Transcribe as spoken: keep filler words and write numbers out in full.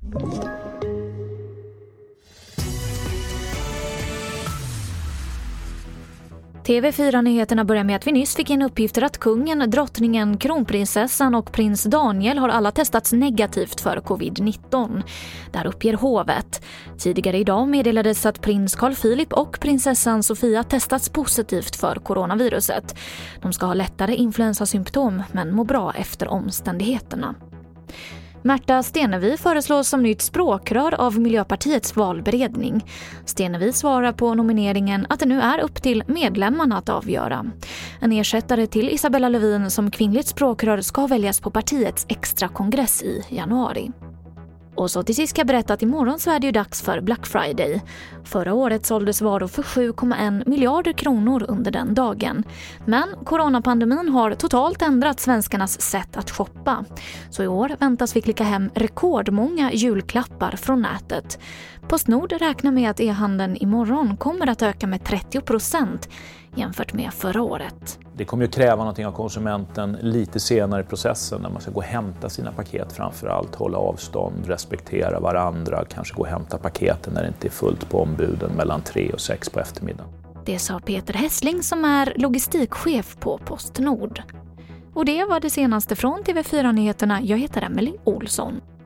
T V fyra-nyheterna börjar med att vi nyss fick in uppgifter att kungen, drottningen, kronprinsessan och prins Daniel har alla testats negativt för covid nitton. Där uppger hovet. Tidigare idag meddelades att prins Carl Philip och prinsessan Sofia testats positivt för coronaviruset. De ska ha lättare influensasymptom men må bra efter omständigheterna. Märta Stenevi föreslås som nytt språkrör av Miljöpartiets valberedning. Stenevi svarar på nomineringen att det nu är upp till medlemmarna att avgöra. En ersättare till Isabella Lövin som kvinnligt språkrör ska väljas på partiets extra kongress i januari. Och så till sist ska jag berätta att imorgon så är det ju dags för Black Friday. Förra året såldes varor för sju komma en miljarder kronor under den dagen. Men coronapandemin har totalt ändrat svenskarnas sätt att shoppa. Så i år väntas vi klicka hem rekordmånga julklappar från nätet. PostNord räknar med att e-handeln imorgon kommer att öka med trettio procent jämfört med förra året. Det kommer ju kräva någonting av konsumenten lite senare i processen när man ska gå och hämta sina paket framför allt, hålla avstånd, respektera varandra, kanske gå och hämta paketen när det inte är fullt på ombuden mellan tre och sex på eftermiddagen. Det sa Peter Hässling som är logistikchef på PostNord. Och det var det senaste från T V fyra-nyheterna. Jag heter Emily Olsson.